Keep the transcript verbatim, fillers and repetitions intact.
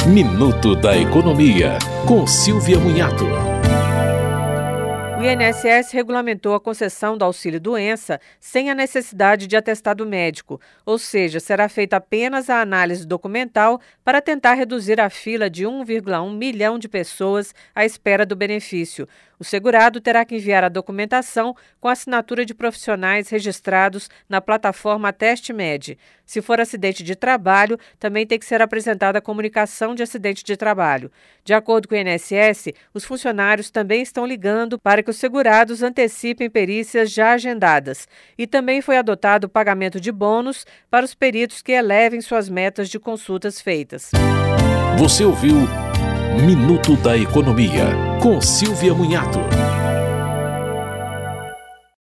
Minuto da Economia, com Silvia Munhato. O I N S S regulamentou a concessão do auxílio-doença sem a necessidade de atestado médico, ou seja, será feita apenas a análise documental para tentar reduzir a fila de um vírgula um milhão de pessoas à espera do benefício. O segurado terá que enviar a documentação com assinatura de profissionais registrados na plataforma TesteMed. Se for acidente de trabalho, também tem que ser apresentada a comunicação de acidente de trabalho. De acordo com o I N S S, os funcionários também estão ligando para que os segurados antecipem perícias já agendadas. E também foi adotado o pagamento de bônus para os peritos que elevem suas metas de consultas feitas. Você ouviu Minuto da Economia, com Silvia Munhato.